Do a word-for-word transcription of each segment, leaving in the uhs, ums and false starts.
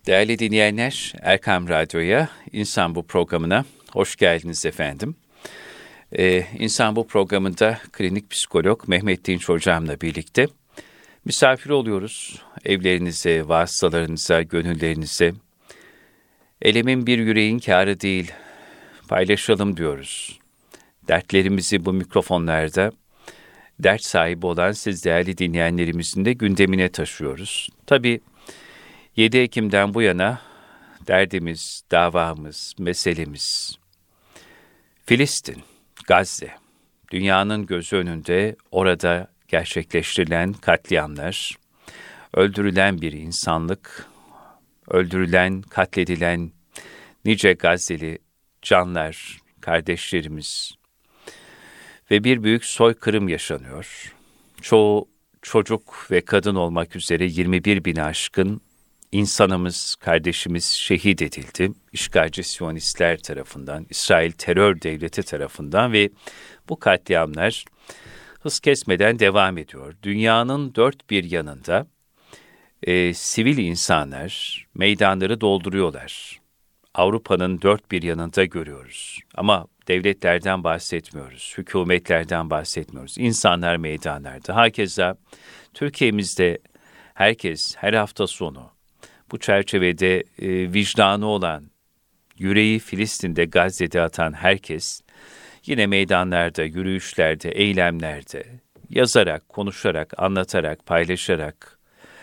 Değerli dinleyenler, Erkam Radyo'ya, İnsan Bu programına hoş geldiniz efendim. Ee, İnsan Bu programında klinik psikolog Mehmet Dinç hocamla birlikte misafir oluyoruz. Evlerinize, vasıtalarınıza, gönüllerinize. Elemin bir yüreğin kârı değil, paylaşalım diyoruz. Dertlerimizi bu mikrofonlarda dert sahibi olan siz değerli dinleyenlerimizin de gündemine taşıyoruz. Tabii yedi Ekim'den bu yana derdimiz, davamız, meselemiz Filistin, Gazze. Dünyanın gözü önünde orada gerçekleştirilen katliamlar, öldürülen bir insanlık, öldürülen, katledilen nice Gazze'li canlar, kardeşlerimiz ve bir büyük soykırım yaşanıyor. Çoğu çocuk ve kadın olmak üzere yirmi bir bini aşkın insanımız, kardeşimiz şehit edildi. İşgalci Siyonistler tarafından, İsrail terör devleti tarafından ve bu katliamlar hız kesmeden devam ediyor. Dünyanın dört bir yanında e, sivil insanlar meydanları dolduruyorlar. Avrupa'nın dört bir yanında görüyoruz. Ama devletlerden bahsetmiyoruz, hükümetlerden bahsetmiyoruz. İnsanlar meydanlarda. Hakeza Türkiye'mizde herkes her hafta sonu bu çerçevede e, vicdanı olan, yüreği Filistin'de, Gazze'de atan herkes yine meydanlarda, yürüyüşlerde, eylemlerde yazarak, konuşarak, anlatarak, paylaşarak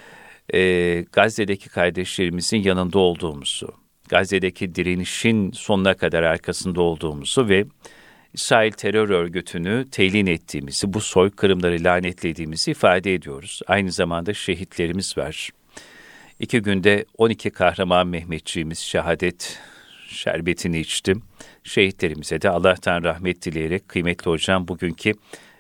e, Gazze'deki kardeşlerimizin yanında olduğumuzu, Gazze'deki direnişin sonuna kadar arkasında olduğumuzu ve İsrail terör örgütünü telin ettiğimizi, bu soykırımları lanetlediğimizi ifade ediyoruz. Aynı zamanda şehitlerimiz var. İki günde on iki kahraman Mehmetçiğimiz şehadet şerbetini içti. Şehitlerimize de Allah'tan rahmet dileyerek kıymetli hocam bugünkü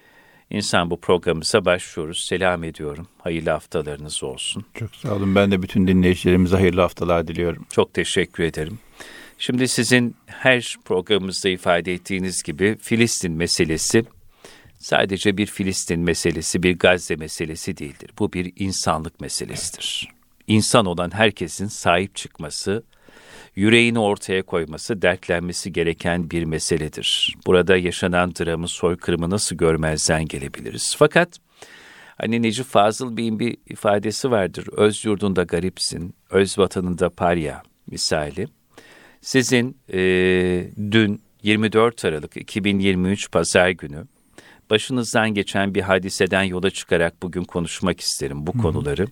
İnsan Bu programımıza başlıyoruz. Selam ediyorum. Hayırlı haftalarınız olsun. Çok sağ olun. Ben de bütün dinleyicilerimize hayırlı haftalar diliyorum. Çok teşekkür ederim. Şimdi sizin her programımızda ifade ettiğiniz gibi Filistin meselesi sadece bir Filistin meselesi, bir Gazze meselesi değildir. Bu bir insanlık meselesidir. İnsan olan herkesin sahip çıkması, yüreğini ortaya koyması, dertlenmesi gereken bir meseledir. Burada yaşanan dramı, soykırımı nasıl görmezden gelebiliriz? Fakat hani Necip Fazıl Bey'in bir ifadesi vardır. Öz yurdunda garipsin, öz vatanında parya misali. Sizin e, dün yirmi dört Aralık iki bin yirmi üç Pazar günü başınızdan geçen bir hadiseden yola çıkarak bugün konuşmak isterim bu Hı. konuları.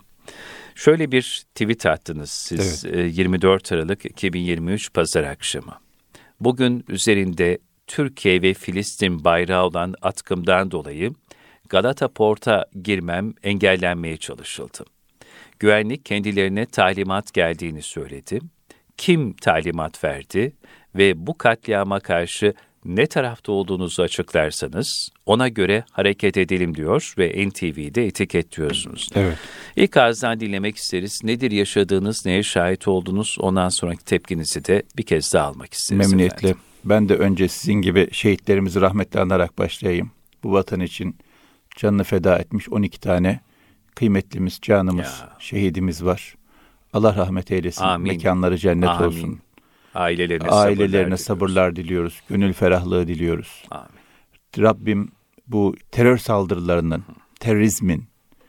Şöyle bir tweet attınız siz evet. yirmi dört Aralık iki bin yirmi üç Pazar akşamı. Bugün üzerinde Türkiye ve Filistin bayrağı olan atkımdan dolayı Galata Port'a girmem engellenmeye çalışıldı. Güvenlik kendilerine talimat geldiğini söyledi. Kim talimat verdi ve bu katliama karşı ne tarafta olduğunuzu açıklarsanız ona göre hareket edelim diyor ve N T V'de etiketliyorsunuz. Evet. İlk ağızdan dinlemek isteriz. Nedir yaşadığınız, neye şahit oldunuz? Ondan sonraki tepkinizi de bir kez daha almak isteriz. Memnuniyetle. Efendim. Ben de önce sizin gibi şehitlerimizi rahmetle anarak başlayayım. Bu vatan için canını feda etmiş on iki tane kıymetlimiz, canımız, ya. şehidimiz var. Allah rahmet eylesin. Amin. Mekanları cennet Amin. olsun. Ailelerine, Ailelerine sabırlar, sabırlar diliyoruz. Gönül ferahlığı diliyoruz. Amin. Rabbim bu terör saldırılarının, terörizmin,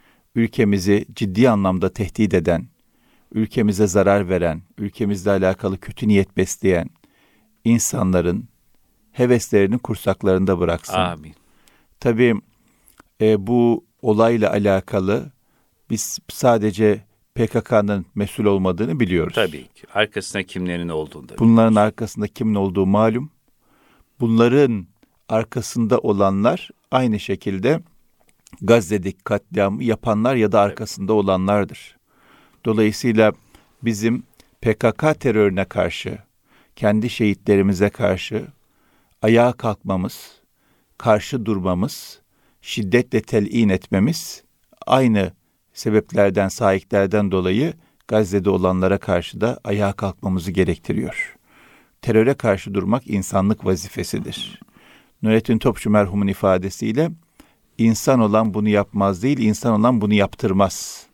ülkemizi ciddi anlamda tehdit eden, ülkemize zarar veren, ülkemizle alakalı kötü niyet besleyen insanların heveslerini kursaklarında bıraksın. Amin. Tabii e, bu olayla alakalı biz sadece P K K'nın mesul olmadığını biliyoruz. Tabii ki. Arkasında kimlerin olduğunu da Bunların biliyoruz. Arkasında kimin olduğu malum. Bunların arkasında olanlar aynı şekilde Gazze'deki katliamı yapanlar ya da arkasında evet. olanlardır. Dolayısıyla bizim P K K terörüne karşı, kendi şehitlerimize karşı ayağa kalkmamız, karşı durmamız, şiddetle telin etmemiz aynı sebeplerden, sahiplerden dolayı Gazze'de olanlara karşı da ayağa kalkmamızı gerektiriyor. Teröre karşı durmak insanlık vazifesidir. Nurettin Topçu merhumun ifadesiyle insan olan bunu yapmaz değil, insan olan bunu yaptırmaz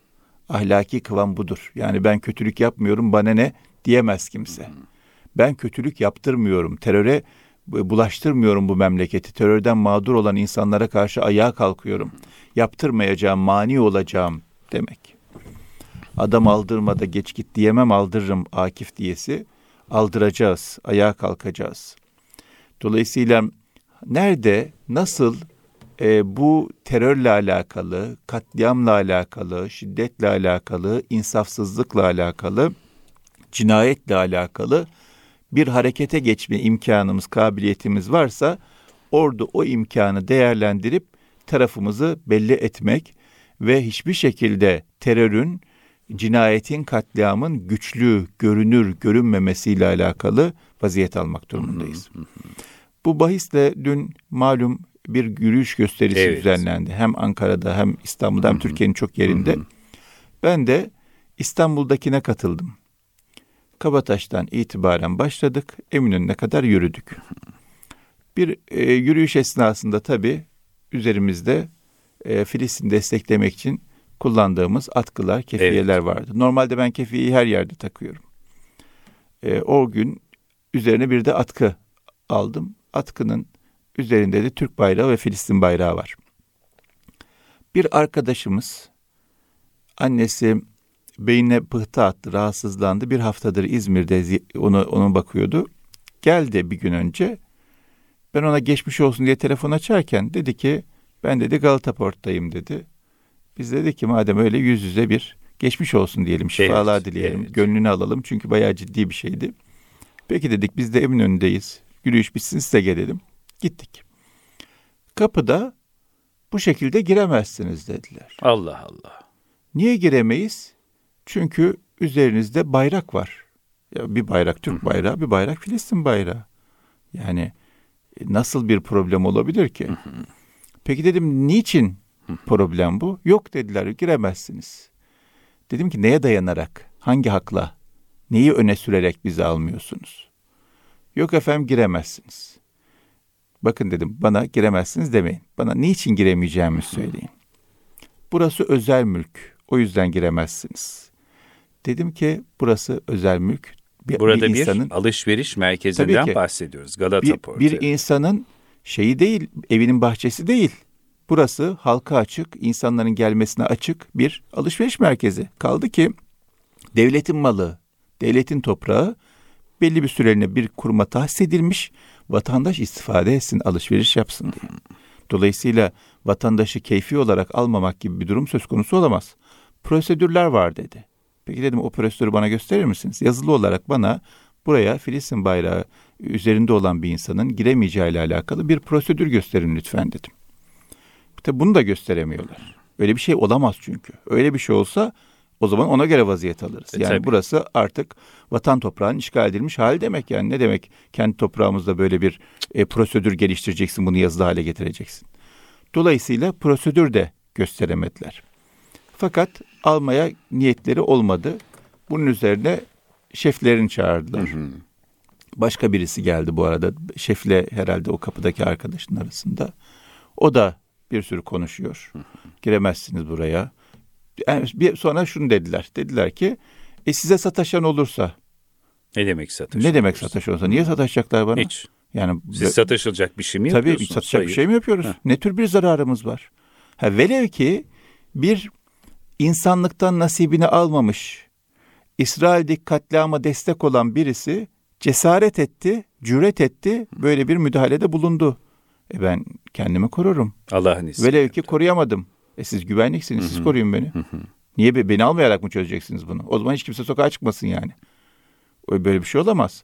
Ahlaki kıvam budur. Yani ben kötülük yapmıyorum, bana ne diyemez kimse. Ben kötülük yaptırmıyorum, teröre bulaştırmıyorum bu memleketi. Terörden mağdur olan insanlara karşı ayağa kalkıyorum. Yaptırmayacağım, mani olacağım demek. Adam aldırmada geç git diyemem, aldırırım Akif diyesi. Aldıracağız, ayağa kalkacağız. Dolayısıyla nerede, nasıl e, bu terörle alakalı, katliamla alakalı, şiddetle alakalı, insafsızlıkla alakalı, cinayetle alakalı bir harekete geçme imkanımız, kabiliyetimiz varsa orada o imkanı değerlendirip tarafımızı belli etmek ve hiçbir şekilde terörün, cinayetin, katliamın güçlü, görünür, görünmemesiyle alakalı vaziyet almak durumundayız. Bu bahisle dün malum bir yürüyüş gösterisi evet. düzenlendi. Hem Ankara'da hem İstanbul'da hem Türkiye'nin çok yerinde. Ben de İstanbul'dakine katıldım. Kabataş'tan itibaren başladık. Eminönü'ne kadar yürüdük. Bir e, yürüyüş esnasında tabii üzerimizde e, Filistin'i desteklemek için kullandığımız atkılar, kefiyeler evet. vardı. Normalde ben kefiyeyi her yerde takıyorum. E, o gün üzerine bir de atkı aldım. Atkının üzerinde de Türk bayrağı ve Filistin bayrağı var. Bir arkadaşımız, annesi beynine pıhtı attı, rahatsızlandı. Bir haftadır İzmir'de onu, ona bakıyordu. Geldi bir gün önce. Ben ona geçmiş olsun diye telefon açarken dedi ki, ben dedi Galata Port'tayım dedi. Biz dedik ki madem öyle yüz yüze bir geçmiş olsun diyelim, şifalar evet, dileyelim, evet. gönlünü alalım çünkü bayağı ciddi bir şeydi. Peki dedik, biz de Eminönü'ndeyiz. Yürüyüş bitsin size gelelim. Gittik. Kapıda bu şekilde giremezsiniz dediler. Allah Allah. Niye giremeyiz? Çünkü üzerinizde bayrak var. Ya bir bayrak Türk bayrağı, bir bayrak Filistin bayrağı. Yani nasıl bir problem olabilir ki? Peki dedim, niçin problem bu? Yok dediler, giremezsiniz. Dedim ki neye dayanarak, hangi hakla, neyi öne sürerek bizi almıyorsunuz? Yok efendim giremezsiniz. Bakın dedim, bana giremezsiniz demeyin. Bana niçin giremeyeceğimi söyleyin. Burası özel mülk, o yüzden giremezsiniz. Dedim ki burası özel mülk. Bir, Burada bir, insanın, bir alışveriş merkezinden ki, bahsediyoruz. Galata Port'u. Bir, bir insanın şeyi değil, evinin bahçesi değil. Burası halka açık, insanların gelmesine açık bir alışveriş merkezi. Kaldı ki devletin malı, devletin toprağı belli bir süreliğine bir kuruma tahsis edilmiş, vatandaş istifade etsin, alışveriş yapsın diye. Dolayısıyla vatandaşı keyfi olarak almamak gibi bir durum söz konusu olamaz. Prosedürler var dedi. Peki dedim, o prosedürü bana gösterir misiniz? Yazılı olarak bana buraya Filistin bayrağı üzerinde olan bir insanın giremeyeceği ile alakalı bir prosedür gösterin lütfen dedim. Tabii bunu da gösteremiyorlar. Öyle bir şey olamaz çünkü. Öyle bir şey olsa o zaman ona göre vaziyet alırız. E, yani tabii. Burası artık vatan toprağının işgal edilmiş hali demek. Yani ne demek kendi toprağımızda böyle bir e, prosedür geliştireceksin, bunu yazılı hale getireceksin. Dolayısıyla prosedür de gösteremediler. Fakat almaya niyetleri olmadı. Bunun üzerine şeflerini çağırdılar. Hı hı. Başka birisi geldi bu arada. Şefle herhalde o kapıdaki arkadaşın arasında. O da bir sürü konuşuyor. Hı hı. Giremezsiniz buraya. Yani bir sonra şunu dediler. Dediler ki e size sataşan olursa. Ne demek sataşan? Ne demek sataşan olursa? Niye sataşacaklar bana? Hiç. Yani siz satışılacak bir şey mi yapıyorsunuz? Tabii satışacak Hayır. bir şey mi yapıyoruz? Heh. Ne tür bir zararımız var? Ha, velev ki bir insanlıktan nasibini almamış, İsrail'deki katliama destek olan birisi cesaret etti, cüret etti, böyle bir müdahalede bulundu. E ben kendimi korurum. Allah'ın izniyle. Velev ki koruyamadım. E siz güvenliksiniz, Hı-hı. siz koruyun beni. Hı-hı. Niye be, beni almayarak mı çözeceksiniz bunu? O zaman hiç kimse sokağa çıkmasın yani. Böyle bir şey olamaz.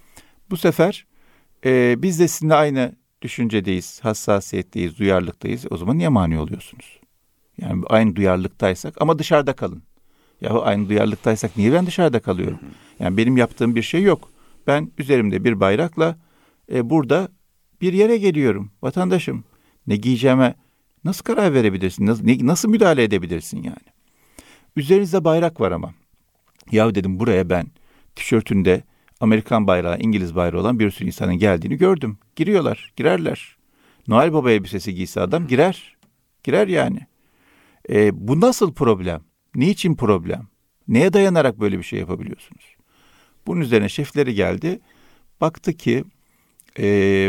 Bu sefer e, biz de sizinle aynı düşüncedeyiz, hassasiyetteyiz, duyarlılıktayız. O zaman niye mani oluyorsunuz? Yani aynı duyarlılıktaysak ama dışarıda kalın. Yahu aynı duyarlılıktaysak niye ben dışarıda kalıyorum? Hı-hı. Yani benim yaptığım bir şey yok. Ben üzerimde bir bayrakla e, burada bir yere geliyorum. Vatandaşım, ne giyeceğime nasıl karar verebilirsin? Nasıl, ne, nasıl müdahale edebilirsin yani? Üzerinizde bayrak var ama. Yahu dedim, buraya ben tişörtünde Amerikan bayrağı, İngiliz bayrağı olan bir sürü insanın geldiğini gördüm. Giriyorlar, girerler. Noel Baba elbisesi giyse adam girer. Girer yani. E, bu nasıl problem? Niçin problem? Neye dayanarak böyle bir şey yapabiliyorsunuz? Bunun üzerine şefleri geldi. Baktı ki e,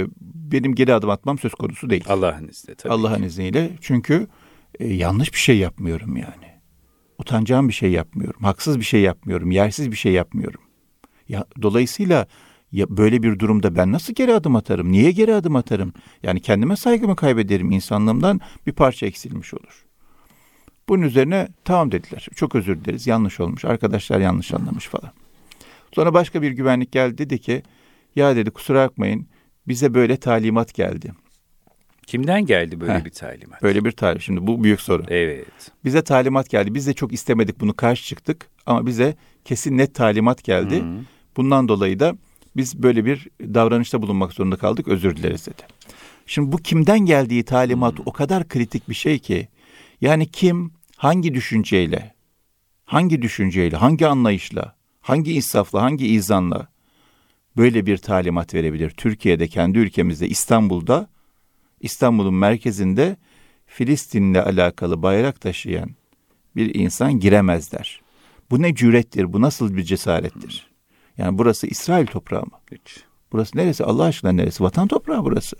benim geri adım atmam söz konusu değil. Allah'ın izniyle tabii Allah'ın ki. izniyle. Çünkü e, yanlış bir şey yapmıyorum yani. Utanacağım bir şey yapmıyorum. Haksız bir şey yapmıyorum. Yersiz bir şey yapmıyorum. Ya, dolayısıyla ya böyle bir durumda ben nasıl geri adım atarım? Niye geri adım atarım? Yani kendime saygımı kaybederim. İnsanlığımdan bir parça eksilmiş olur. Bunun üzerine tamam dediler. Çok özür dileriz. Yanlış olmuş. Arkadaşlar yanlış anlamış falan. Sonra başka bir güvenlik geldi, dedi ki ya dedi kusura bakmayın bize böyle talimat geldi. Kimden geldi böyle Heh, bir talimat? Böyle bir talimat. Şimdi bu büyük soru. Evet. Bize talimat geldi. Biz de çok istemedik bunu, karşı çıktık. Ama bize kesin net talimat geldi. Hı-hı. Bundan dolayı da biz böyle bir davranışta bulunmak zorunda kaldık. Özür dileriz dedi. Şimdi bu kimden geldiği talimat Hı-hı. o kadar kritik bir şey ki. Yani kim, hangi düşünceyle, hangi düşünceyle, hangi anlayışla, hangi insafla, hangi izanla böyle bir talimat verebilir? Türkiye'de, kendi ülkemizde, İstanbul'da, İstanbul'un merkezinde Filistin'le alakalı bayrak taşıyan bir insan giremez der. Bu ne cürettir, bu nasıl bir cesarettir? Yani burası İsrail toprağı mı? Hiç. Burası neresi? Allah aşkına neresi? Vatan toprağı burası.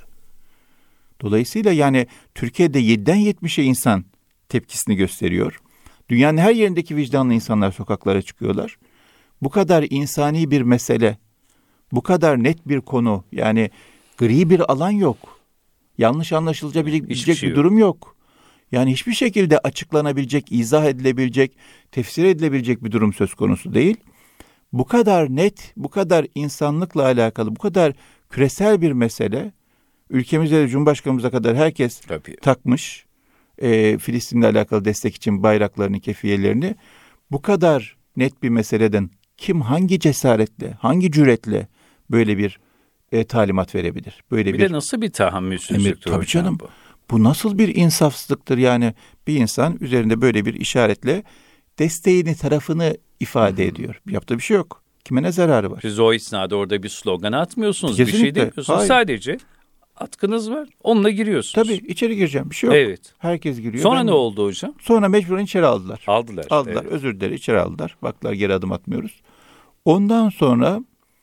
Dolayısıyla yani Türkiye'de yediden yetmişe insan tepkisini gösteriyor. Dünyanın her yerindeki vicdanlı insanlar sokaklara çıkıyorlar. Bu kadar insani bir mesele, bu kadar net bir konu, yani gri bir alan yok. Yanlış anlaşılabilecek şey bir durum yok. Yani hiçbir şekilde açıklanabilecek, izah edilebilecek, tefsir edilebilecek bir durum söz konusu değil. Bu kadar net, bu kadar insanlıkla alakalı, bu kadar küresel bir mesele, ülkemizde de Cumhurbaşkanımıza kadar herkes Tabii. takmış. E, Filistin'le alakalı destek için bayraklarını, kefiyelerini. Bu kadar net bir meseleden kim hangi cesaretle, hangi cüretle böyle bir e, talimat verebilir? Böyle bir, bir de nasıl bir tahammülsüzlüktür tabii canım. bu? Bu nasıl bir insafsızlıktır yani, bir insan üzerinde böyle bir işaretle desteğini, tarafını ifade Hı-hı. ediyor. Yaptığı bir şey yok. Kime ne zararı var? Siz o esnada orada bir slogan atmıyorsunuz, Kesinlikle. bir şey demiyorsunuz. Hayır. Sadece atkınız var, onunla giriyorsunuz. Tabii içeri gireceğim, bir şey yok. Evet. Herkes giriyor. Sonra ben ne de... oldu hocam? Sonra mecburen içeri aldılar. Aldılar. Aldılar, evet. Özür dilerim, içeri aldılar. Baktılar geri adım atmıyoruz. Ondan sonra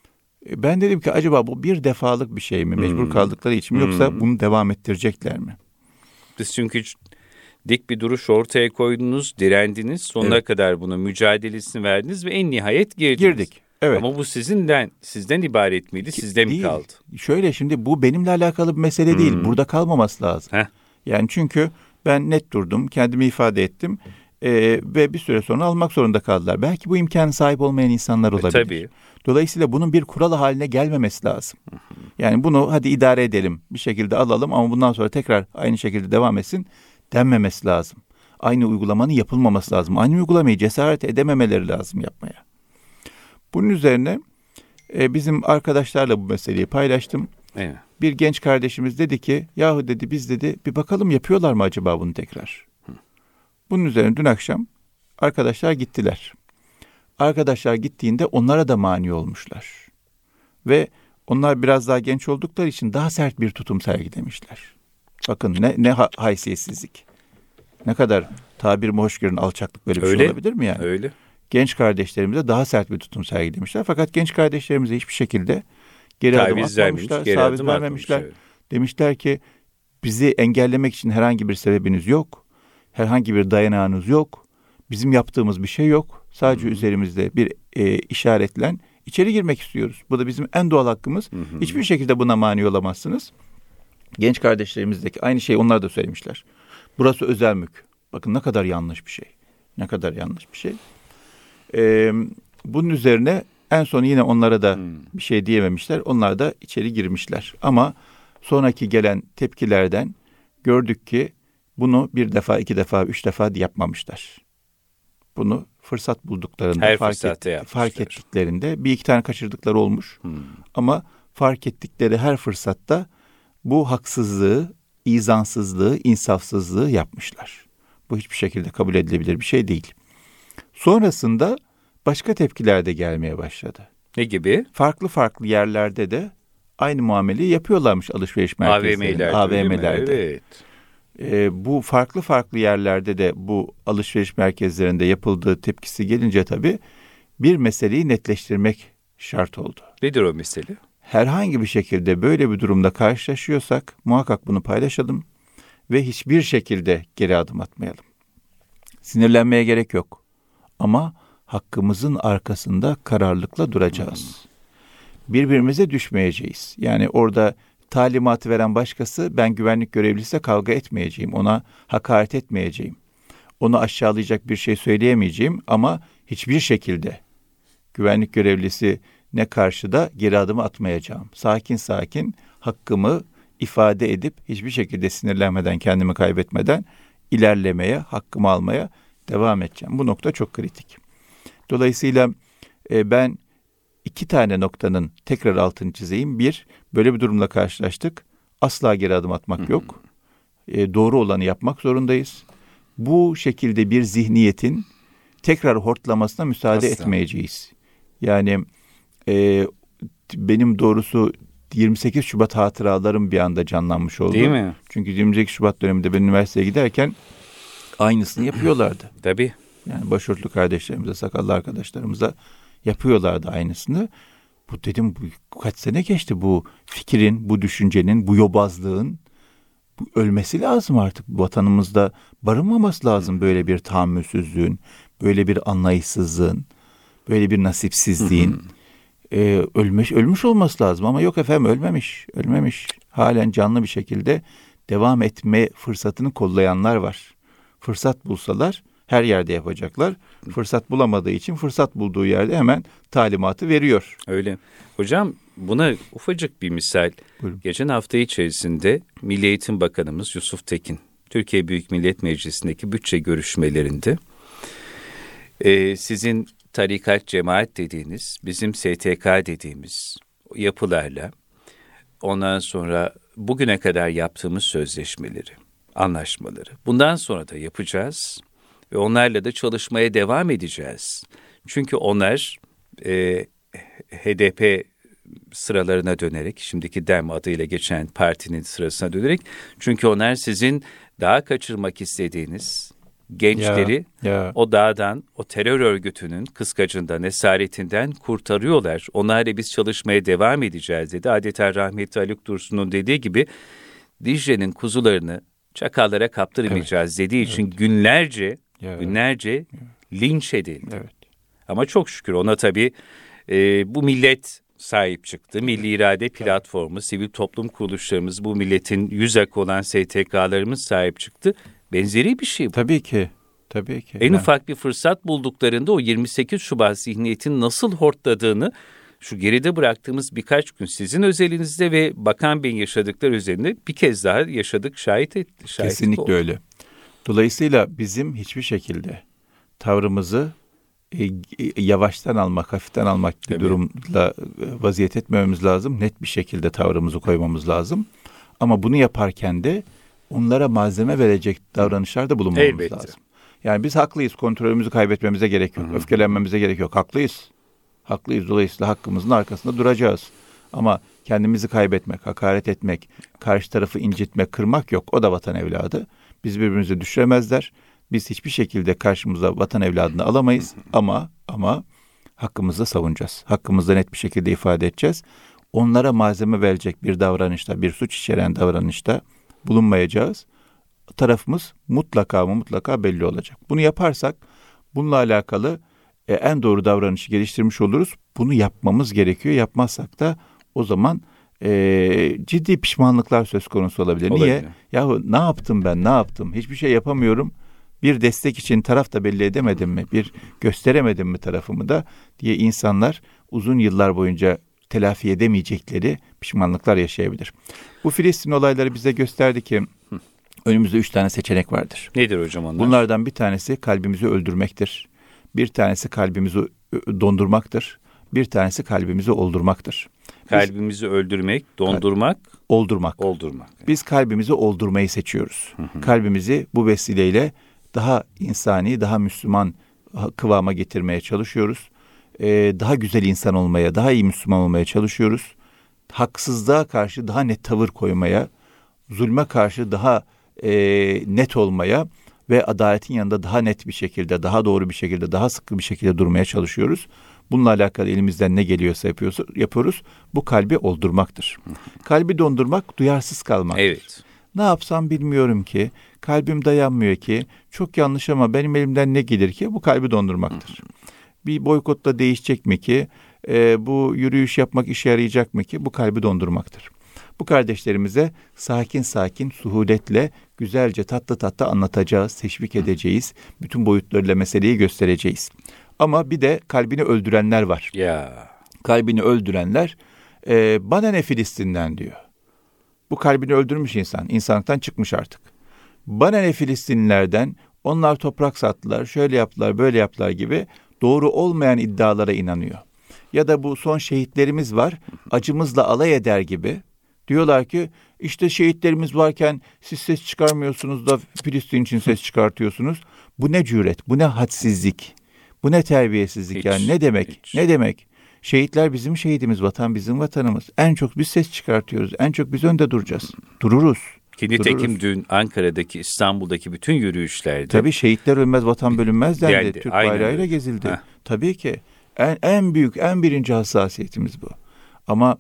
ben dedim ki acaba bu bir defalık bir şey mi? Mecbur hmm. kaldıkları için mi? Yoksa hmm. bunu devam ettirecekler mi? Siz çünkü dik bir duruş ortaya koydunuz, direndiniz. Sonuna evet. kadar bunun mücadelesini verdiniz ve en nihayet girdiniz. Girdik. Evet. Ama bu sizinden, sizden ibaret miydi? Sizde mi kaldı? Şöyle, şimdi bu benimle alakalı bir mesele hmm. değil. Burada kalmaması lazım. Heh. Yani çünkü ben net durdum, kendimi ifade ettim ee, ve bir süre sonra almak zorunda kaldılar. Belki bu imkanı sahip olmayan insanlar olabilir. E, tabii. Dolayısıyla bunun bir kural haline gelmemesi lazım. Hı hı. Yani bunu hadi idare edelim, bir şekilde alalım ama bundan sonra tekrar aynı şekilde devam etsin denmemesi lazım. Aynı uygulamanın yapılmaması lazım. Aynı uygulamayı cesaret edememeleri lazım yapmaya. Bunun üzerine e, bizim arkadaşlarla bu meseleyi paylaştım. Evet. Bir genç kardeşimiz dedi ki, yahu dedi biz dedi bir bakalım yapıyorlar mı acaba bunu tekrar. Hı. Bunun üzerine dün akşam arkadaşlar gittiler. Arkadaşlar gittiğinde onlara da mani olmuşlar. Ve onlar biraz daha genç oldukları için daha sert bir tutum sergilemişler. Bakın ne ne ha- haysiyetsizlik. Ne kadar tabirimi hoş görün, alçaklık, böyle bir Öyle. şey olabilir mi yani? Öyle. Genç kardeşlerimize daha sert bir tutum sergilemişler. Fakat genç kardeşlerimize hiçbir şekilde geri taviz adım atmamışlar, taviz vermemişler. Atmış, evet. Demişler ki bizi engellemek için herhangi bir sebebiniz yok. Herhangi bir dayanağınız yok. Bizim yaptığımız bir şey yok. Sadece Hı-hı. üzerimizde bir e, işaretle içeri girmek istiyoruz. Bu da bizim en doğal hakkımız. Hı-hı. Hiçbir şekilde buna mani olamazsınız. Genç kardeşlerimizdeki aynı şeyi onlar da söylemişler. Burası özel mülk. Bakın ne kadar yanlış bir şey. Ne kadar yanlış bir şey. Ee, bunun üzerine en son yine onlara da hmm. bir şey diyememişler. Onlar da içeri girmişler. Ama sonraki gelen tepkilerden gördük ki bunu bir defa, iki defa, üç defa yapmamışlar. Bunu fırsat bulduklarında, Her fark, et, fark ettiklerinde bir iki tane kaçırdıkları olmuş. Hmm. Ama fark ettikleri her fırsatta bu haksızlığı, izansızlığı, insafsızlığı yapmışlar. Bu hiçbir şekilde kabul edilebilir bir şey değil. Sonrasında başka tepkiler de gelmeye başladı. Ne gibi? Farklı farklı yerlerde de aynı muameleyi yapıyorlarmış alışveriş merkezlerinde, A V M'lerde. Evet. E, bu farklı farklı yerlerde de bu alışveriş merkezlerinde yapıldığı tepkisi gelince tabii bir meseleyi netleştirmek şart oldu. Nedir o mesele? Herhangi bir şekilde böyle bir durumda karşılaşıyorsak muhakkak bunu paylaşalım ve hiçbir şekilde geri adım atmayalım. Sinirlenmeye gerek yok ama hakkımızın arkasında kararlılıkla duracağız. Birbirimize düşmeyeceğiz. Yani orada talimatı veren başkası, ben güvenlik görevlisiyle kavga etmeyeceğim, ona hakaret etmeyeceğim, onu aşağılayacak bir şey söyleyemeyeceğim ama hiçbir şekilde güvenlik görevlisi ne karşıda geri adımı atmayacağım. Sakin sakin hakkımı ifade edip hiçbir şekilde sinirlenmeden, kendimi kaybetmeden ilerlemeye, hakkımı almaya devam edeceğim. Bu nokta çok kritik. Dolayısıyla e, ben iki tane noktanın tekrar altını çizeyim. Bir, böyle bir durumla karşılaştık. Asla geri adım atmak yok. E, doğru olanı yapmak zorundayız. Bu şekilde bir zihniyetin tekrar hortlamasına müsaade Asla. etmeyeceğiz. Yani e, benim doğrusu yirmi sekiz Şubat hatıralarım bir anda canlanmış oldu. Değil mi? Çünkü yirmi sekiz Şubat döneminde ben üniversiteye giderken aynısını yapıyorlardı. Tabii. Yani başörtülü kardeşlerimize, sakallı arkadaşlarımıza yapıyorlardı aynısını. Bu dedim, bu kaç sene geçti, bu fikrin, bu düşüncenin, bu yobazlığın bu ölmesi lazım artık. Bu vatanımızda barınmaması lazım böyle bir tahammülsüzlüğün, böyle bir anlayışsızlığın, böyle bir nasipsizliğin e, ölmüş ölmüş olması lazım. Ama yok efendim, ölmemiş, ölmemiş. Halen canlı bir şekilde devam etme fırsatını kollayanlar var. Fırsat bulsalar her yerde yapacaklar. Fırsat bulamadığı için fırsat bulduğu yerde hemen talimatı veriyor. Öyle. Hocam buna ufacık bir misal. Buyurun. Geçen hafta içerisinde Milli Eğitim Bakanımız Yusuf Tekin, Türkiye Büyük Millet Meclisi'ndeki bütçe görüşmelerinde e, sizin tarikat, cemaat dediğiniz, bizim S T K dediğimiz yapılarla ondan sonra bugüne kadar yaptığımız sözleşmeleri, anlaşmaları bundan sonra da yapacağız ve onlarla da çalışmaya devam edeceğiz. Çünkü onlar e, H D P sıralarına dönerek, şimdiki DEM adıyla geçen partinin sırasına dönerek, çünkü onlar sizin daha kaçırmak istediğiniz gençleri ya, ya. o dağdan, o terör örgütünün kıskacından, esaretinden kurtarıyorlar. Onlarla biz çalışmaya devam edeceğiz dedi. Adeta rahmetli Haluk Dursun'un dediği gibi Dicle'nin kuzularını çakallara kaptırmayacağız evet. dediği için evet. günlerce evet. günlerce evet. linç edildi. Evet. Ama çok şükür ona tabii e, bu millet sahip çıktı. Milli İrade Platformu, sivil toplum kuruluşlarımız, bu milletin yüz akı olan S T K'larımız sahip çıktı. Benzeri bir şey bu. Tabii ki. Tabii ki. En yani. ufak bir fırsat bulduklarında o yirmi sekiz Şubat zihniyetin nasıl hortladığını şu geride bıraktığımız birkaç gün sizin özelinizde ve Bakan Bey'in yaşadıkları üzerinde bir kez daha yaşadık, şahit ettik. Kesinlikle oldu. Öyle. Dolayısıyla bizim hiçbir şekilde tavrımızı e, yavaştan almak, hafiften almak gibi durumla vaziyet etmememiz lazım. Net bir şekilde tavrımızı koymamız lazım. Ama bunu yaparken de onlara malzeme verecek davranışlarda bulunmamız Elbette. lazım. Yani biz haklıyız, kontrolümüzü kaybetmemize gerek yok, Hı-hı. öfkelenmemize gerek yok. Haklıyız, haklıyız. Dolayısıyla hakkımızın arkasında duracağız. Ama kendimizi kaybetmek, hakaret etmek, karşı tarafı incitmek, kırmak yok. O da vatan evladı. Biz birbirimizi düşüremezler. Biz hiçbir şekilde karşımıza vatan evladını alamayız. Ama ama hakkımızı savunacağız. Hakkımızı net bir şekilde ifade edeceğiz. Onlara malzeme verecek bir davranışta, bir suç içeren davranışta bulunmayacağız. Tarafımız mutlaka mı mutlaka belli olacak. Bunu yaparsak bununla alakalı e, en doğru davranışı geliştirmiş oluruz. Bunu yapmamız gerekiyor. Yapmazsak da o zaman e, ciddi pişmanlıklar söz konusu olabilir. olabilir. Niye? Yahu ne yaptım ben, ne yaptım? Hiçbir şey yapamıyorum. Bir destek için taraf da belli edemedim mi? Bir gösteremedim mi tarafımı da diye insanlar uzun yıllar boyunca telafi edemeyecekleri pişmanlıklar yaşayabilir. Bu Filistin olayları bize gösterdi ki önümüzde üç tane seçenek vardır. Nedir hocam onlar? Bunlardan bir tanesi kalbimizi öldürmektir. Bir tanesi kalbimizi dondurmaktır. Bir tanesi kalbimizi oldurmaktır. Kalbimizi Biz, öldürmek, dondurmak, oldurmak. Oldurmak. Biz kalbimizi oldurmayı seçiyoruz. Hı hı. Kalbimizi bu vesileyle daha insani, daha Müslüman kıvama getirmeye çalışıyoruz. Ee, daha güzel insan olmaya, daha iyi Müslüman olmaya çalışıyoruz. Haksızlığa karşı daha net tavır koymaya, zulme karşı daha e, net olmaya ve adaletin yanında daha net bir şekilde, daha doğru bir şekilde, daha sıkı bir şekilde durmaya çalışıyoruz. Bununla alakalı elimizden ne geliyorsa yapıyoruz. yapıyoruz. Bu kalbi oldurmaktır. Kalbi dondurmak, duyarsız kalmaktır. Evet. Ne yapsam bilmiyorum ki, kalbim dayanmıyor ki, çok yanlış ama benim elimden ne gelir ki? Bu kalbi dondurmaktır. Bir boykotla değişecek mi ki? E, bu yürüyüş yapmak işe yarayacak mı ki? Bu kalbi dondurmaktır. Bu kardeşlerimize sakin sakin, suhuletle, güzelce, tatlı tatlı anlatacağız, teşvik edeceğiz. Bütün boyutlarıyla meseleyi göstereceğiz. Ama bir de kalbini öldürenler var. Ya. Kalbini öldürenler, e, bana ne Filistin'den diyor. Bu kalbini öldürmüş insan, insanlıktan çıkmış artık. Bana ne Filistinlilerden, onlar toprak sattılar, şöyle yaptılar, böyle yaptılar gibi doğru olmayan iddialara inanıyor. Ya da bu son şehitlerimiz var, acımızla alay eder gibi. Diyorlar ki işte şehitlerimiz varken siz ses çıkarmıyorsunuz da Filistin için ses çıkartıyorsunuz. Bu ne cüret, bu ne hadsizlik, bu ne terbiyesizlik hiç, yani ne demek, hiç. ne demek? Şehitler bizim şehidimiz, vatan bizim vatanımız. En çok biz ses çıkartıyoruz, en çok biz önde duracağız. Dururuz. Ki nitekim dün Ankara'daki, İstanbul'daki bütün yürüyüşlerde. Tabii şehitler ölmez, vatan bölünmez dendi. Geldi, Türk bayrağıyla gezildi. Heh. Tabii ki en, en büyük, en birinci hassasiyetimiz bu. Ama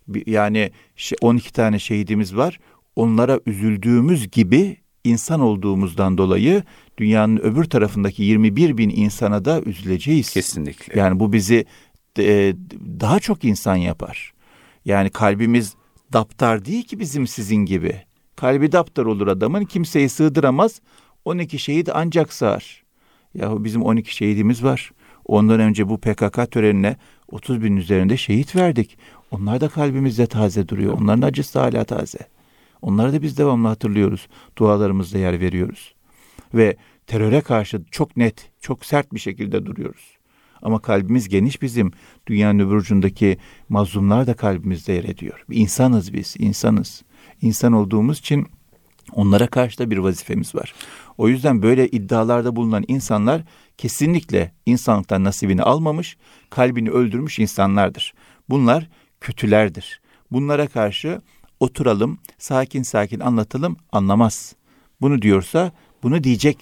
yani on iki tane şehidimiz var. Onlara üzüldüğümüz gibi insan olduğumuzdan dolayı dünyanın öbür tarafındaki yirmi bir bin insana da üzüleceğiz. Kesinlikle. Yani bu bizi e, daha çok insan yapar. Yani kalbimiz daptar değil ki bizim sizin gibi. Kalbi daptar olur adamın, kimseyi sığdıramaz. on iki şehit ancak sığar. Yahu bizim on iki şehidimiz var. Ondan önce bu P K K törenine otuz binin üzerinde şehit verdik. Onlar da kalbimizde taze duruyor. Onların acısı da hala taze. Onları da biz devamlı hatırlıyoruz. Dualarımızda yer veriyoruz. Ve teröre karşı çok net, çok sert bir şekilde duruyoruz. Ama kalbimiz geniş bizim. Dünyanın öbür ucundaki mazlumlar da kalbimizde yer ediyor. İnsanız biz, insanız. İnsan olduğumuz için onlara karşı da bir vazifemiz var. O yüzden böyle iddialarda bulunan insanlar kesinlikle insanlıktan nasibini almamış, kalbini öldürmüş insanlardır. Bunlar kötülerdir. Bunlara karşı oturalım, sakin sakin anlatalım, anlamaz. Bunu diyorsa, bunu diyecek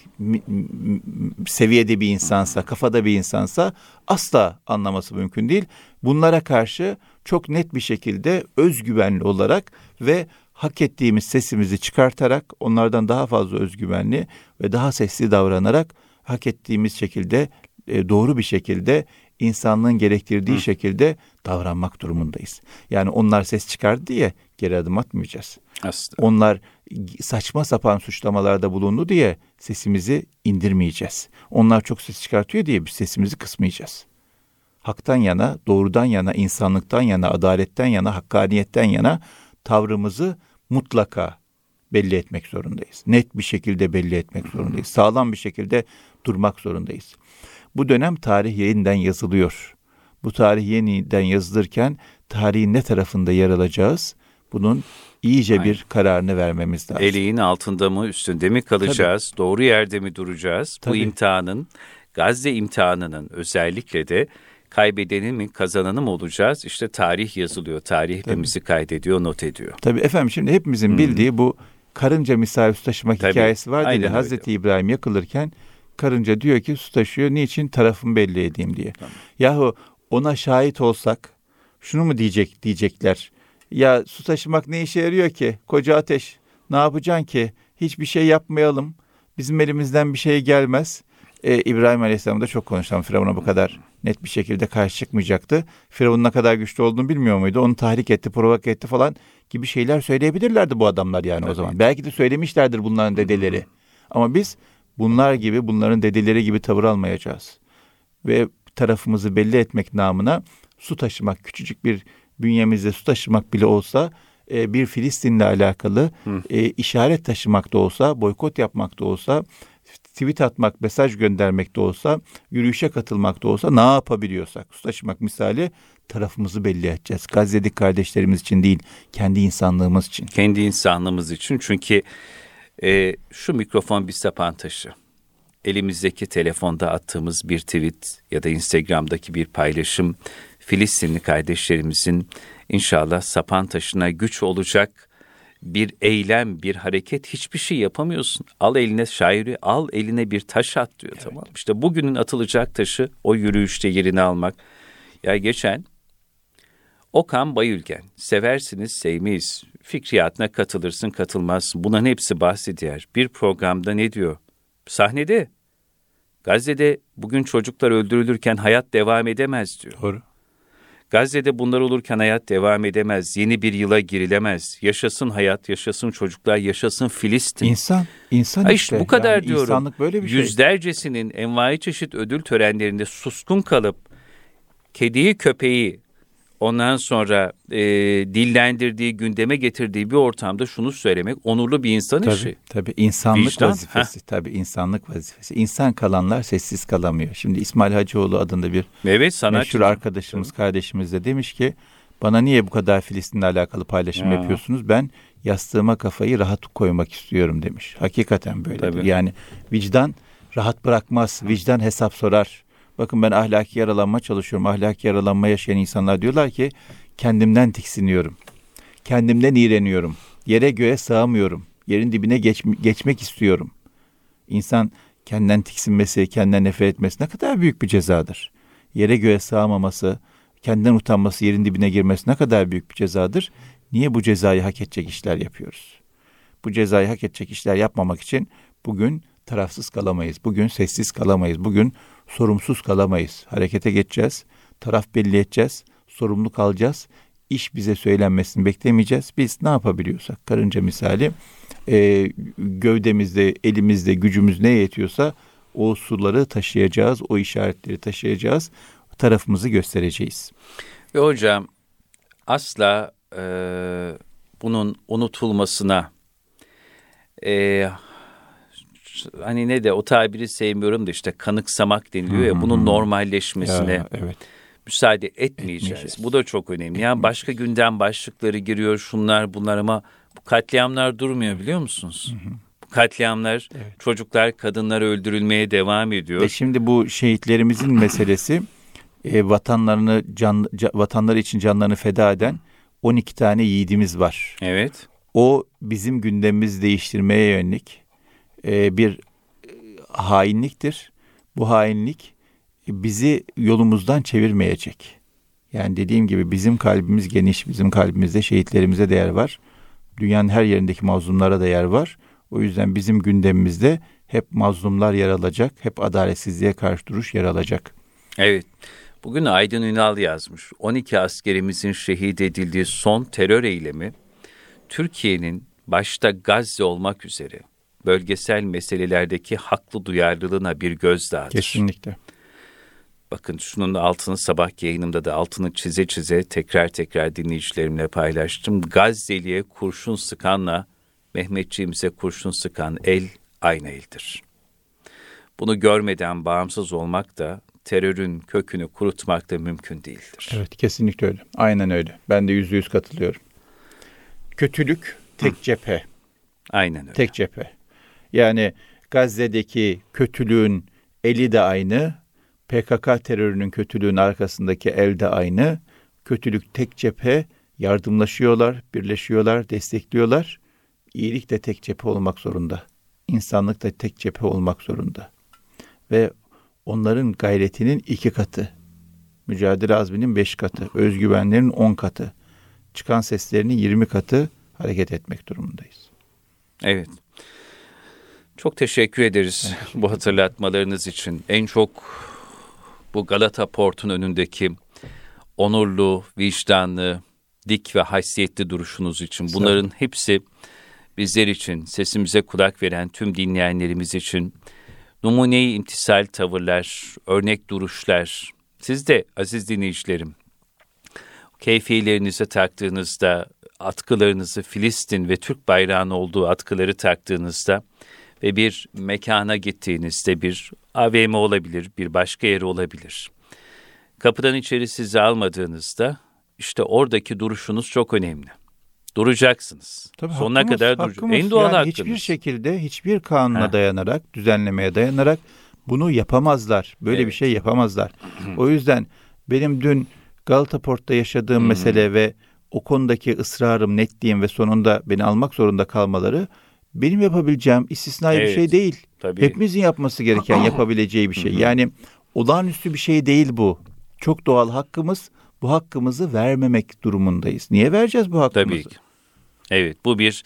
seviyede bir insansa, kafada bir insansa asla anlaması mümkün değil. Bunlara karşı çok net bir şekilde özgüvenli olarak ve hak ettiğimiz sesimizi çıkartarak, onlardan daha fazla özgüvenli ve daha sesli davranarak hak ettiğimiz şekilde, doğru bir şekilde, insanlığın gerektirdiği Hı. şekilde davranmak durumundayız. Yani onlar ses çıkardı diye geri adım atmayacağız. Aslında. Onlar saçma sapan suçlamalarda bulundu diye sesimizi indirmeyeceğiz. Onlar çok ses çıkartıyor diye biz sesimizi kısmayacağız. Haktan yana, doğrudan yana, insanlıktan yana, adaletten yana, hakkaniyetten yana tavrımızı mutlaka belli etmek zorundayız. Net bir şekilde belli etmek zorundayız. Sağlam bir şekilde durmak zorundayız. Bu dönem tarih yeniden yazılıyor. Bu tarih yeniden yazılırken tarihin ne tarafında yer alacağız? Bunun iyice Aynen. bir kararını vermemiz lazım. Eleğin altında mı, üstünde mi kalacağız? Tabii. Doğru yerde mi duracağız? Tabii. Bu imtihanın, Gazze imtihanının özellikle de kaybedenin mi, kazananı mı olacağız? İşte tarih yazılıyor. Tarih hepimizi kaydediyor, not ediyor. Tabii efendim, şimdi hepimizin hmm. bildiği bu karınca misali su taşımak Tabii. hikayesi var değil mi? Hazreti İbrahim yakılırken karınca diyor ki su taşıyor. Niçin? Tarafımı belli edeyim diye. Tamam. Yahu ona şahit olsak şunu mu diyecek diyecekler? Ya su taşımak ne işe yarıyor ki? Koca ateş. Ne yapacaksın ki? Hiçbir şey yapmayalım. Bizim elimizden bir şey gelmez. Ee, İbrahim Aleyhisselam da çok konuşan Firavun'a bu kadar net bir şekilde karşı çıkmayacaktı. Firavun'un ne kadar güçlü olduğunu bilmiyor muydu? Onu tahrik etti, provoke etti falan gibi şeyler söyleyebilirlerdi bu adamlar yani Tabii. o zaman. Belki de söylemişlerdir bunların dedeleri. Ama biz bunlar gibi, bunların dedeleri gibi tavır almayacağız. Ve tarafımızı belli etmek namına su taşımak, küçücük bir bünyemizde su taşımak bile olsa, e, bir Filistin'le alakalı e, işaret taşımak da olsa, boykot yapmak da olsa, tweet atmak, mesaj göndermek de olsa, yürüyüşe katılmak da olsa ne yapabiliyorsak, su taşımak misali tarafımızı belli edeceğiz. Gazze'deki kardeşlerimiz için değil, kendi insanlığımız için. Kendi insanlığımız için, çünkü e, şu mikrofon bir sapan taşı. Elimizdeki telefonda attığımız bir tweet ya da Instagram'daki bir paylaşım Filistinli kardeşlerimizin inşallah sapan taşına güç olacak bir eylem, bir hareket, hiçbir şey yapamıyorsun. Al eline şairi, al eline bir taş at diyor, evet. Tamam. İşte bugünün atılacak taşı o yürüyüşte yerini almak. Ya geçen Okan Bayülgen, seversiniz sevmeyiz, fikriyatına katılırsın katılmazsın, bunların hepsi bahsediyor. Bir programda ne diyor? Sahnede, Gazze'de bugün çocuklar öldürülürken hayat devam edemez diyor. Doğru. Gazze'de bunlar olurken hayat devam edemez, yeni bir yıla girilemez. Yaşasın hayat, yaşasın çocuklar, yaşasın Filistin. İnsan, insan ha işte. işte bu kadar yani diyorum. İnsanlık böyle bir şey. Yüzlercesinin envai çeşit ödül törenlerinde suskun kalıp, kediyi köpeği ondan sonra e, dillendirdiği, gündeme getirdiği bir ortamda şunu söylemek onurlu bir insan tabii, işi. Tabii insanlık Vicdan, vazifesi. Heh. Tabii insanlık vazifesi. İnsan kalanlar sessiz kalamıyor. Şimdi İsmail Hacıoğlu adında bir evet, sanatçı. meşhur arkadaşımız, tabii. kardeşimiz de demiş ki, bana niye bu kadar Filistin'le alakalı paylaşım ya. yapıyorsunuz? Ben yastığıma kafayı rahat koymak istiyorum demiş. Hakikaten böyle. Yani vicdan rahat bırakmaz. Vicdan hesap sorar. Bakın ben ahlaki yaralanma çalışıyorum. Ahlaki yaralanma yaşayan insanlar diyorlar ki kendimden tiksiniyorum. Kendimden iğreniyorum. Yere göğe sığamıyorum. Yerin dibine geç, geçmek istiyorum. İnsan kendinden tiksinmesi, kendinden nefret etmesi ne kadar büyük bir cezadır. Yere göğe sığamaması, kendinden utanması, yerin dibine girmesi ne kadar büyük bir cezadır. Niye bu cezayı hak edecek işler yapıyoruz? Bu cezayı hak edecek işler yapmamak için bugün tarafsız kalamayız. Bugün sessiz kalamayız. Bugün sorumsuz kalamayız. Harekete geçeceğiz. Taraf belli edeceğiz. Sorumluluk alacağız. İş bize söylenmesini beklemeyeceğiz. Biz ne yapabiliyorsak, karınca misali e, gövdemizde, elimizde, gücümüz ne yetiyorsa o suları taşıyacağız. O işaretleri taşıyacağız. Tarafımızı göstereceğiz. Ve hocam asla e, bunun unutulmasına e, hani ne de o tabiri sevmiyorum da işte kanıksamak deniliyor ya, bunun normalleşmesine ya, evet. müsaade etmeyeceğiz. etmeyeceğiz. Bu da çok önemli. Yani başka gündem başlıkları giriyor, şunlar bunlar, ama bu katliamlar durmuyor biliyor musunuz? Hı hı. Bu katliamlar, evet. çocuklar, kadınlar öldürülmeye devam ediyor. Ve şimdi bu şehitlerimizin meselesi e, vatanlarını can, can vatanları için canlarını feda eden on iki tane yiğidimiz var. Evet. O bizim gündemimizi değiştirmeye yönelik e, bir e, hainliktir. Bu hainlik bizi yolumuzdan çevirmeyecek. Yani dediğim gibi bizim kalbimiz geniş, bizim kalbimizde şehitlerimize değer var. Dünyanın her yerindeki mazlumlara da yer var. O yüzden bizim gündemimizde hep mazlumlar yer alacak, hep adaletsizliğe karşı duruş yer alacak. Evet. Bugün Aydın Ünal yazmış. on iki askerimizin şehit edildiği son terör eylemi, Türkiye'nin başta Gazze olmak üzere bölgesel meselelerdeki haklı duyarlılığına bir gözdağıdır. Kesinlikle. Bakın şunun altını sabah yayınımda da altını çize çize tekrar tekrar dinleyicilerimle paylaştım. Gazze'liye kurşun sıkanla Mehmetçiğimize kurşun sıkan el aynı eldir. Bunu görmeden bağımsız olmak da terörün kökünü kurutmak da mümkün değildir. Evet, kesinlikle öyle. Aynen öyle. Ben de yüzde yüz katılıyorum. Kötülük tek Hı. cephe. Aynen öyle. Tek cephe. Yani Gazze'deki kötülüğün eli de aynı, P K K terörünün kötülüğün arkasındaki el de aynı. Kötülük tek cephe, yardımlaşıyorlar, birleşiyorlar, destekliyorlar. İyilik de tek cephe olmak zorunda. İnsanlık da tek cephe olmak zorunda. Ve onların gayretinin iki katı, mücadele azminin beş katı, özgüvenlerinin on katı, çıkan seslerinin yirmi katı hareket etmek durumundayız. Evet. Çok teşekkür ederiz evet. bu hatırlatmalarınız için. En çok bu Galata Port'un önündeki onurlu, vicdanlı, dik ve haysiyetli duruşunuz için. Bunların hepsi bizler için, sesimize kulak veren tüm dinleyenlerimiz için numune-i imtisal tavırlar, örnek duruşlar. Siz de aziz dinleyicilerim, keyfiyelerinize taktığınızda, atkılarınızı Filistin ve Türk bayrağının olduğu atkıları taktığınızda ve bir mekana gittiğinizde, bir A V M olabilir, bir başka yeri olabilir. Kapıdan içeri sizi almadığınızda işte oradaki duruşunuz çok önemli. Duracaksınız. Tabii sonuna hakkımız, kadar duracaksınız. En doğal yani hakkınız. Hiçbir şekilde, hiçbir kanuna ha. dayanarak, düzenlemeye dayanarak bunu yapamazlar. Böyle evet. bir şey yapamazlar. O yüzden benim dün Galata Port'ta yaşadığım mesele ve o konudaki ısrarım, netliğim ve sonunda beni almak zorunda kalmaları benim yapabileceğim istisnai Evet, bir şey değil. tabii. Hepimizin yapması gereken, yapabileceği bir şey. Yani olağanüstü bir şey değil bu. Çok doğal hakkımız. Bu hakkımızı vermemek durumundayız. Niye vereceğiz bu hakkımızı? Tabii ki. Evet, bu bir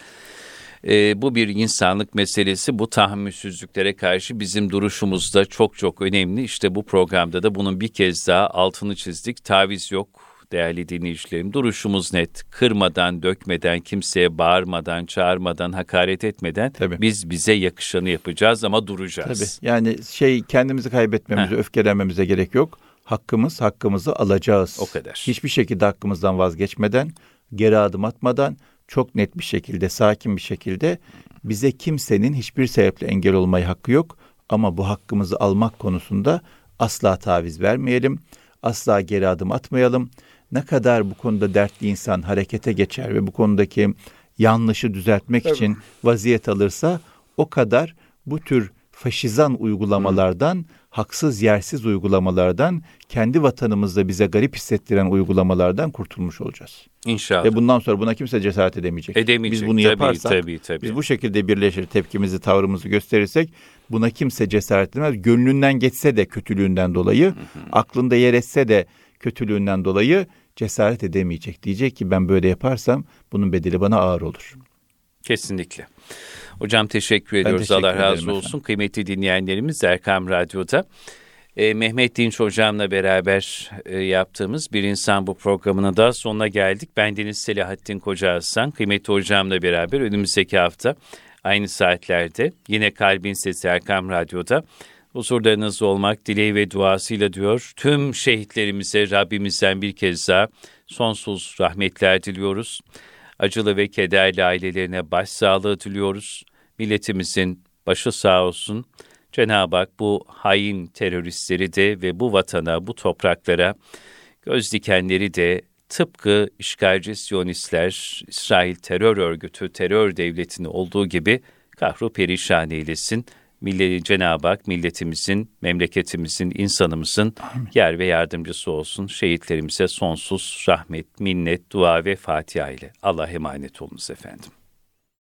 e, bu bir insanlık meselesi. Bu tahammülsüzlüklere karşı bizim duruşumuz da çok çok önemli. İşte bu programda da bunun bir kez daha altını çizdik. Taviz yok değerli dinleyicilerim. Duruşumuz net. Kırmadan, dökmeden, kimseye bağırmadan, çağırmadan, hakaret etmeden Tabii. biz bize yakışanı yapacağız ama duracağız. Tabii. Yani şey kendimizi kaybetmemize, Heh. öfkelenmemize gerek yok. Hakkımız, hakkımızı alacağız. O kadar. Hiçbir şekilde hakkımızdan vazgeçmeden, geri adım atmadan, çok net bir şekilde, sakin bir şekilde bize kimsenin hiçbir sebeple engel olmaya hakkı yok. Ama bu hakkımızı almak konusunda asla taviz vermeyelim. Asla geri adım atmayalım. Ne kadar bu konuda dertli insan harekete geçer ve bu konudaki yanlışı düzeltmek Tabii. için vaziyet alırsa o kadar bu tür faşizan uygulamalardan, hmm. haksız yersiz uygulamalardan, kendi vatanımızda bize garip hissettiren uygulamalardan kurtulmuş olacağız. İnşallah. Ve bundan sonra buna kimse cesaret edemeyecek. Edemeyecek. Biz bunu tabii, yaparsak, tabii, tabii. biz bu şekilde birleşir, tepkimizi, tavrımızı gösterirsek buna kimse cesaret edemez. Gönlünden geçse de kötülüğünden dolayı, hı hı. aklında yer etse de kötülüğünden dolayı cesaret edemeyecek. Diyecek ki ben böyle yaparsam bunun bedeli bana ağır olur. Kesinlikle. Hocam teşekkür ediyoruz. Teşekkür Allah razı ederim olsun. efendim. Kıymetli dinleyenlerimiz Erkam Radyo'da e, Mehmet Dinç Hocam'la beraber e, yaptığımız Bir İnsan Bu programına da sonuna geldik. Bendeniz Selahattin Koca Aslan. Kıymetli hocamla beraber önümüzdeki hafta aynı saatlerde yine Kalbin Sesi Erkam Radyo'da huzurlarınızda olmak dileği ve duasıyla diyor. Tüm şehitlerimize Rabbimizden bir kez daha sonsuz rahmetler diliyoruz. Acılı ve kederli ailelerine başsağlığı diliyoruz. Milletimizin başı sağ olsun. Cenab-ı Hak bu hain teröristleri de ve bu vatana, bu topraklara göz dikenleri de tıpkı işgalci Siyonistler, İsrail terör örgütü, terör devletini olduğu gibi kahru perişan eylesin. Millet, Cenab-ı Hak milletimizin, memleketimizin, insanımızın Amin. Yer ve yardımcısı olsun. Şehitlerimize sonsuz rahmet, minnet, dua ve Fatiha ile. Allah'a emanet olunuz efendim.